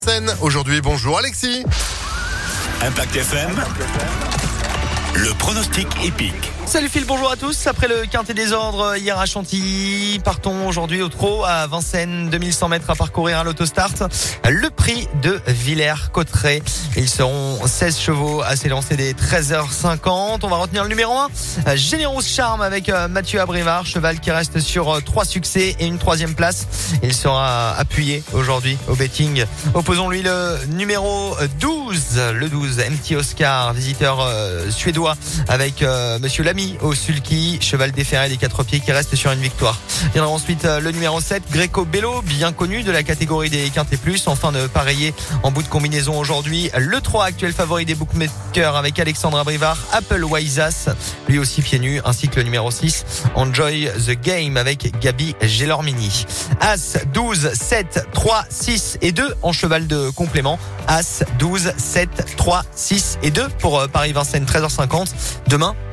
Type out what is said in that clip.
Aujourd'hui, bonjour Alexis. Impact FM, le pronostic épique. Salut Phil, bonjour à tous. Après le quintet des ordres hier à Chantilly, partons aujourd'hui au trot à Vincennes, 2100 mètres à parcourir à l'autostart. Le prix de Villers-Cotterêts. Ils seront 16 chevaux à s'élancer des 13h50. On va retenir le numéro 1, Générous Charme avec Mathieu Abrivard, cheval qui reste sur 3 succès et une 3e place. Il sera appuyé aujourd'hui au betting. Opposons-lui le numéro 12, le 12, MT Oscar, visiteur suédois avec Monsieur Lamy au sulky, cheval déferré des 4 pieds qui reste sur une victoire. Viendra ensuite le numéro 7, Greco Bello, bien connu de la catégorie des quintés plus, enfin de pareiller en bout de combinaison aujourd'hui. Le 3, actuel favori des bookmakers avec Alexandre Abrivard, Apple Waisas, lui aussi pieds nus, ainsi que le numéro 6, Enjoy the Game avec Gabi Gelormini. As, 12, 7, 3, 6 et 2 en cheval de complément. As, 12, 7, 3, 6 et 2 pour Paris-Vincennes, 13h50. Demain,